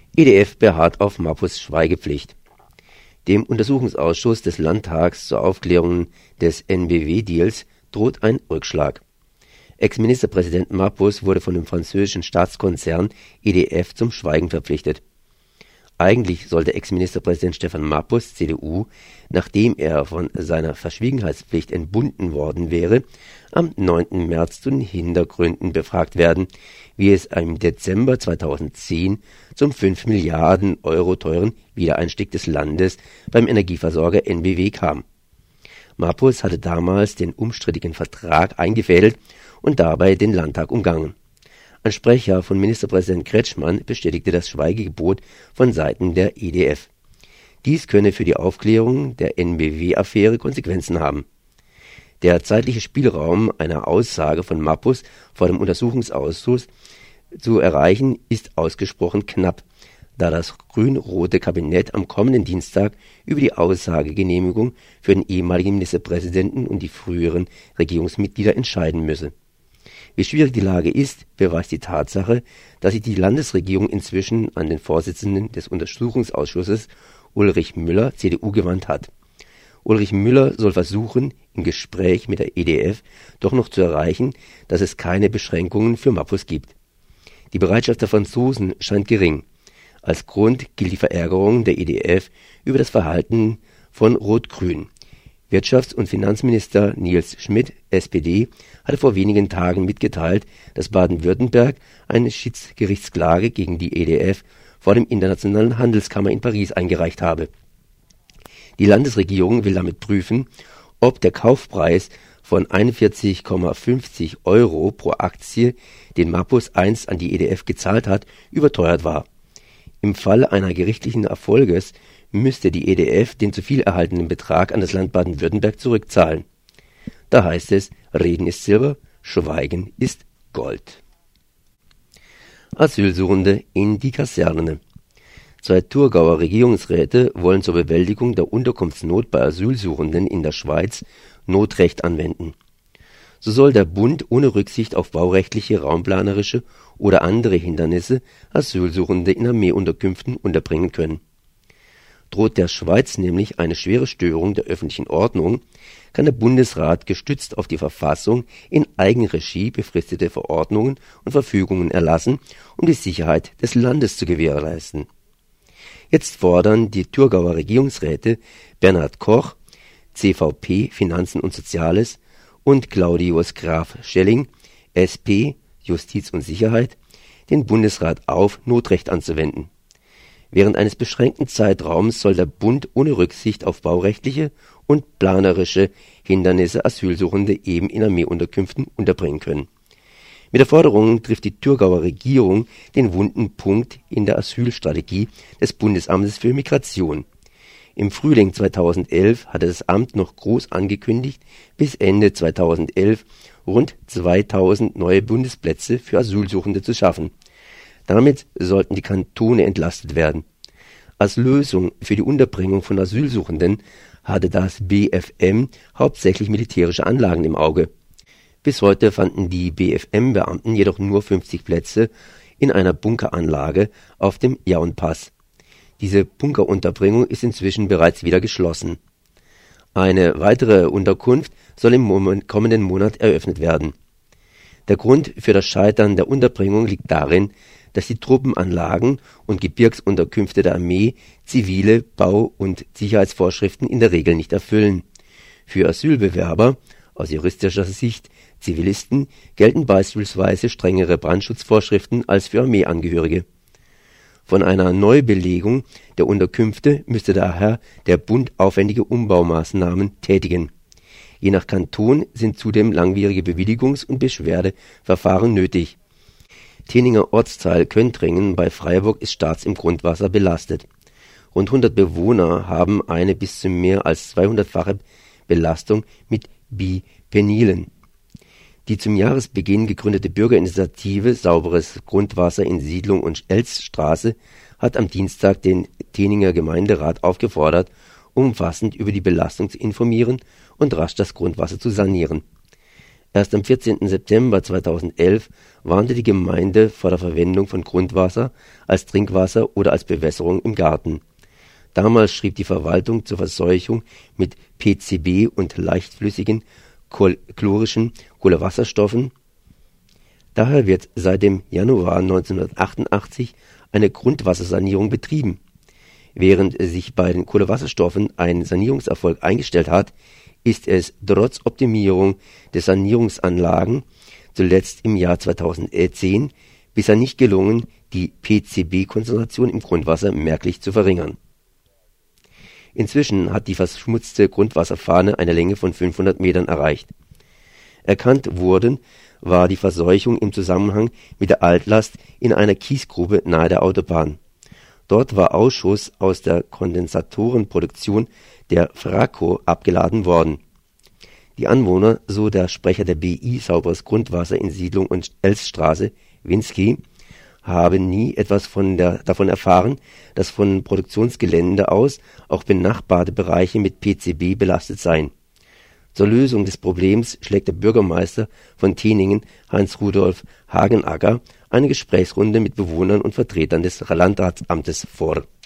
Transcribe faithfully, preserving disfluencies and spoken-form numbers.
E D F beharrt auf Mappus Schweigepflicht. Dem Untersuchungsausschuss des Landtags zur Aufklärung des N B W-Deals droht ein Rückschlag. Ex-Ministerpräsident Mappus wurde von dem französischen Staatskonzern E D F zum Schweigen verpflichtet. Eigentlich sollte Ex-Ministerpräsident Stefan Mappus, C D U, nachdem er von seiner Verschwiegenheitspflicht entbunden worden wäre, am neunten März zu den Hintergründen befragt werden, wie es im Dezember zweitausendzehn zum fünf Milliarden Euro teuren Wiedereinstieg des Landes beim Energieversorger N B W kam. Mappus hatte damals den umstrittigen Vertrag eingefädelt und dabei den Landtag umgangen. Ein Sprecher von Ministerpräsident Kretschmann bestätigte das Schweigegebot von Seiten der E D F. Dies könne für die Aufklärung der N B W-Affäre Konsequenzen haben. Der zeitliche Spielraum einer Aussage von Mappus vor dem Untersuchungsausschuss zu erreichen, ist ausgesprochen knapp, da das grün-rote Kabinett am kommenden Dienstag über die Aussagegenehmigung für den ehemaligen Ministerpräsidenten und die früheren Regierungsmitglieder entscheiden müsse. Wie schwierig die Lage ist, beweist die Tatsache, dass sich die Landesregierung inzwischen an den Vorsitzenden des Untersuchungsausschusses Ulrich Müller, C D U, gewandt hat. Ulrich Müller soll versuchen, im Gespräch mit der E D F doch noch zu erreichen, dass es keine Beschränkungen für Mappus gibt. Die Bereitschaft der Franzosen scheint gering. Als Grund gilt die Verärgerung der E D F über das Verhalten von Rot-Grün. Wirtschafts- und Finanzminister Niels Schmidt, S P D, hatte vor wenigen Tagen mitgeteilt, dass Baden-Württemberg eine Schiedsgerichtsklage gegen die E D F vor dem Internationalen Handelskammer in Paris eingereicht habe. Die Landesregierung will damit prüfen, ob der Kaufpreis von einundvierzig Komma fünfzig Euro pro Aktie, den Mappus einst an die E D F gezahlt hat, überteuert war. Im Fall einer gerichtlichen Erfolges müsste die E D F den zu viel erhaltenen Betrag an das Land Baden-Württemberg zurückzahlen. Da heißt es, Reden ist Silber, Schweigen ist Gold. Asylsuchende in die Kaserne. Zwei Thurgauer Regierungsräte wollen zur Bewältigung der Unterkunftsnot bei Asylsuchenden in der Schweiz Notrecht anwenden. So soll der Bund ohne Rücksicht auf baurechtliche, raumplanerische oder andere Hindernisse Asylsuchende in Armeeunterkünften unterbringen können. Droht der Schweiz nämlich eine schwere Störung der öffentlichen Ordnung, kann der Bundesrat gestützt auf die Verfassung in Eigenregie befristete Verordnungen und Verfügungen erlassen, um die Sicherheit des Landes zu gewährleisten. Jetzt fordern die Thurgauer Regierungsräte Bernhard Koch, C V P Finanzen und Soziales, und Claudius Graf Schelling, S P Justiz und Sicherheit, den Bundesrat auf, Notrecht anzuwenden. Während eines beschränkten Zeitraums soll der Bund ohne Rücksicht auf baurechtliche und planerische Hindernisse Asylsuchende eben in Armeeunterkünften unterbringen können. Mit der Forderung trifft die Thurgauer Regierung den wunden Punkt in der Asylstrategie des Bundesamtes für Migration. Im Frühling zweitausendelf hatte das Amt noch groß angekündigt, bis Ende zweitausendelf rund zweitausend neue Bundesplätze für Asylsuchende zu schaffen. Damit sollten die Kantone entlastet werden. Als Lösung für die Unterbringung von Asylsuchenden hatte das B F M hauptsächlich militärische Anlagen im Auge. Bis heute fanden die B F M-Beamten jedoch nur fünfzig Plätze in einer Bunkeranlage auf dem Jaunpass. Diese Bunkerunterbringung ist inzwischen bereits wieder geschlossen. Eine weitere Unterkunft soll im kommenden Monat eröffnet werden. Der Grund für das Scheitern der Unterbringung liegt darin, dass die Truppenanlagen und Gebirgsunterkünfte der Armee zivile Bau- und Sicherheitsvorschriften in der Regel nicht erfüllen. Für Asylbewerber, aus juristischer Sicht Zivilisten, gelten beispielsweise strengere Brandschutzvorschriften als für Armeeangehörige. Von einer Neubelegung der Unterkünfte müsste daher der Bund aufwendige Umbaumaßnahmen tätigen. Je nach Kanton sind zudem langwierige Bewilligungs- und Beschwerdeverfahren nötig. Teninger Ortsteil Köntringen bei Freiburg ist stark im Grundwasser belastet. Rund hundert Bewohner haben eine bis zu mehr als zweihundertfache Belastung mit Bipenilen. Die zum Jahresbeginn gegründete Bürgerinitiative Sauberes Grundwasser in Siedlung und Elzstraße hat am Dienstag den Teninger Gemeinderat aufgefordert, umfassend über die Belastung zu informieren und rasch das Grundwasser zu sanieren. Erst am vierzehnten September zweitausendelf warnte die Gemeinde vor der Verwendung von Grundwasser als Trinkwasser oder als Bewässerung im Garten. Damals schrieb die Verwaltung zur Verseuchung mit P C B und leichtflüssigen chlorischen Kohlewasserstoffen. Daher wird seit dem Januar neunzehnhundertachtundachtzig eine Grundwassersanierung betrieben. Während sich bei den Kohlewasserstoffen ein Sanierungserfolg eingestellt hat, ist es trotz Optimierung der Sanierungsanlagen, zuletzt im Jahr zweitausendzehn, bisher nicht gelungen, die P C B-Konzentration im Grundwasser merklich zu verringern. Inzwischen hat die verschmutzte Grundwasserfahne eine Länge von fünfhundert Metern erreicht. Erkannt worden war die Verseuchung im Zusammenhang mit der Altlast in einer Kiesgrube nahe der Autobahn. Dort war Ausschuss aus der Kondensatorenproduktion der Fraco abgeladen worden. Die Anwohner, so der Sprecher der B I Sauberes Grundwasser in Siedlung und Elsstraße, Winsky, haben nie etwas von der, davon erfahren, dass von Produktionsgelände aus auch benachbarte Bereiche mit P C B belastet seien. Zur Lösung des Problems schlägt der Bürgermeister von Teningen, Hans-Rudolf Hagenacker, eine Gesprächsrunde mit Bewohnern und Vertretern des Landratsamtes vor.